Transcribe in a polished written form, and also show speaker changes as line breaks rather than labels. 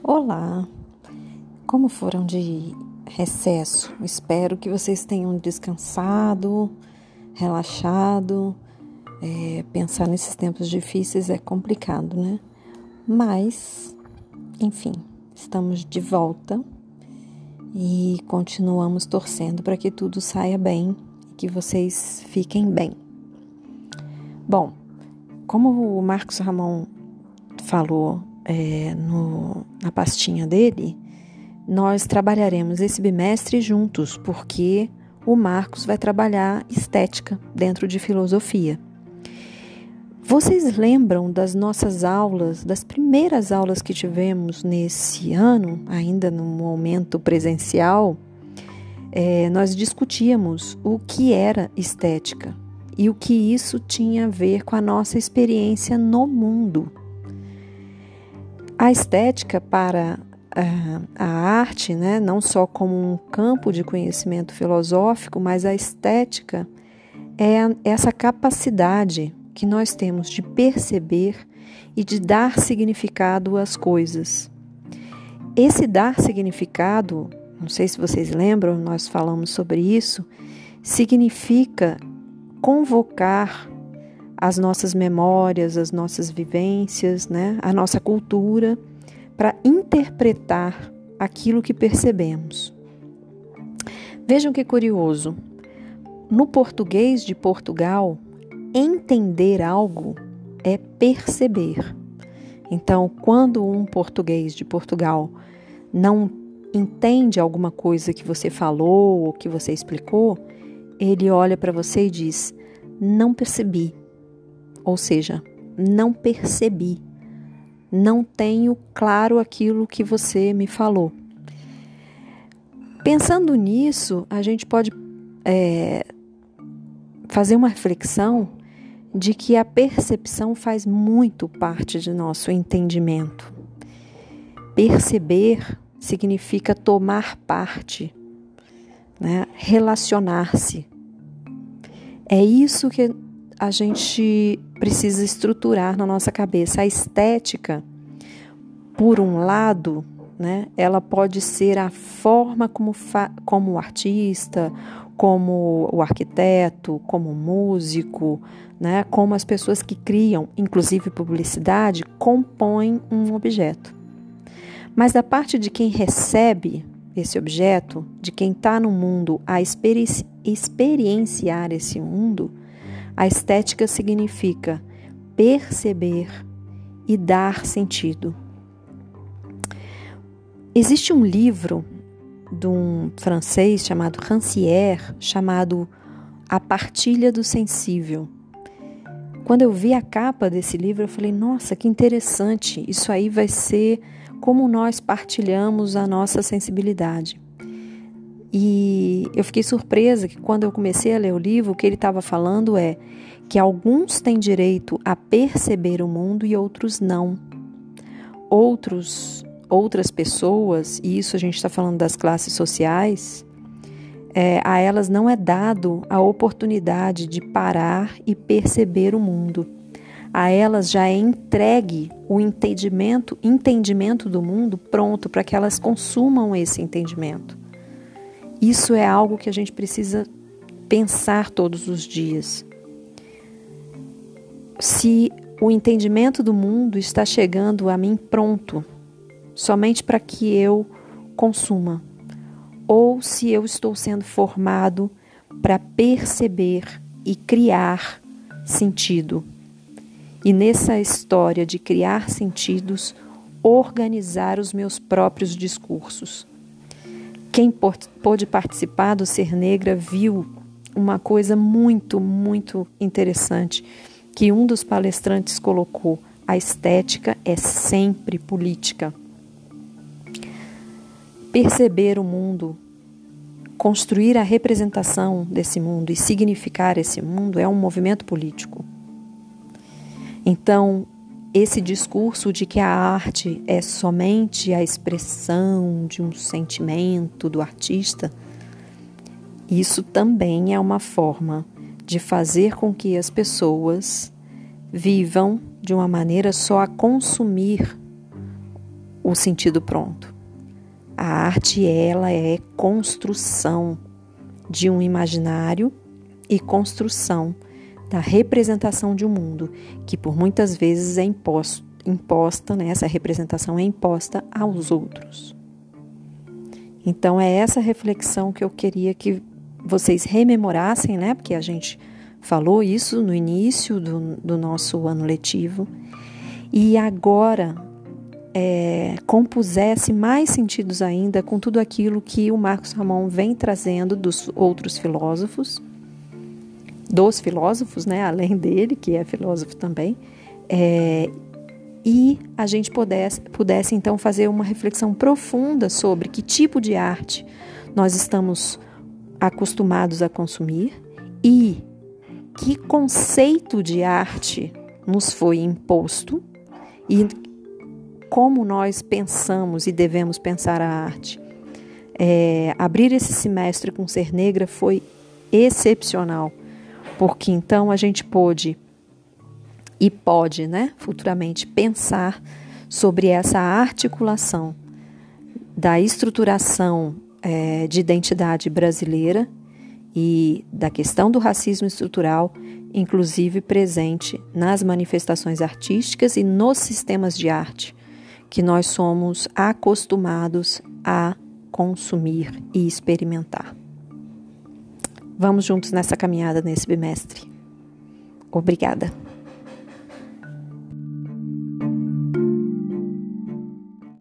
Olá, como foram de recesso? Espero que vocês tenham descansado, relaxado. Pensar nesses tempos difíceis é complicado, né? Mas, enfim, estamos de volta e continuamos torcendo para que tudo saia bem e que vocês fiquem bem. Bom, como o Marcos Ramon falou na pastinha dele, nós trabalharemos esse bimestre juntos, porque o Marcos vai trabalhar estética dentro de filosofia. Vocês lembram das nossas aulas, das primeiras aulas que tivemos nesse ano, ainda no momento presencial? Nós discutíamos o que era estética e o que isso tinha a ver com a nossa experiência no mundo. A estética para a arte, né, não só como um campo de conhecimento filosófico, mas a estética é essa capacidade que nós temos de perceber e de dar significado às coisas. Esse dar significado, não sei se vocês lembram, nós falamos sobre isso, significa convocar as nossas memórias, as nossas vivências, né, a nossa cultura, para interpretar aquilo que percebemos. Vejam que curioso. No português de Portugal, entender algo é perceber. Então, quando um português de Portugal não entende alguma coisa que você falou ou que você explicou, ele olha para você e diz: não percebi. Ou seja, não percebi, não tenho claro aquilo que você me falou. Pensando nisso, a gente pode fazer uma reflexão de que a percepção faz muito parte de nosso entendimento. Perceber significa tomar parte, né? Relacionar-se. É isso que a gente precisa estruturar na nossa cabeça. A estética, por um lado, né, ela pode ser a forma como o artista, como o arquiteto, como o músico, né, como as pessoas que criam, inclusive publicidade, compõem um objeto. Mas da parte de quem recebe esse objeto, de quem está no mundo a experienciar esse mundo, a estética significa perceber e dar sentido. Existe um livro de um francês chamado Rancière, chamado A Partilha do Sensível. Quando eu vi a capa desse livro, eu falei, nossa, que interessante, isso aí vai ser como nós partilhamos a nossa sensibilidade. E eu fiquei surpresa que quando eu comecei a ler o livro, o que ele estava falando é que alguns têm direito a perceber o mundo e outros não. Outras pessoas, e isso a gente está falando das classes sociais, a elas não é dado a oportunidade de parar e perceber o mundo. A elas já é entregue o entendimento do mundo pronto para que elas consumam esse entendimento. Isso é algo que a gente precisa pensar todos os dias. Se o entendimento do mundo está chegando a mim pronto, somente para que eu consuma, ou se eu estou sendo formado para perceber e criar sentido. E nessa história de criar sentidos, organizar os meus próprios discursos. Quem pôde participar do Ser Negra viu uma coisa muito, muito interessante que um dos palestrantes colocou: a estética é sempre política. Perceber o mundo, construir a representação desse mundo e significar esse mundo é um movimento político. Então, esse discurso de que a arte é somente a expressão de um sentimento do artista, isso também é uma forma de fazer com que as pessoas vivam de uma maneira só a consumir o sentido pronto. A arte, ela é construção de um imaginário e construção da representação de um mundo, que por muitas vezes é imposta, né? Essa representação é imposta aos outros. Então é essa reflexão que eu queria que vocês rememorassem, né? Porque a gente falou isso no início do nosso ano letivo. E agora compusesse mais sentidos ainda com tudo aquilo que o Marcos Ramon vem trazendo dos outros filósofos, né? Além dele, que é filósofo também, e a gente pudesse então fazer uma reflexão profunda sobre que tipo de arte nós estamos acostumados a consumir e que conceito de arte nos foi imposto e como nós pensamos e devemos pensar a arte. Abrir esse semestre com Ser Negra foi excepcional, porque então a gente pôde e pode, né, futuramente pensar sobre essa articulação da estruturação de identidade brasileira e da questão do racismo estrutural, inclusive presente nas manifestações artísticas e nos sistemas de arte que nós somos acostumados a consumir e experimentar. Vamos juntos nessa caminhada nesse bimestre. Obrigada.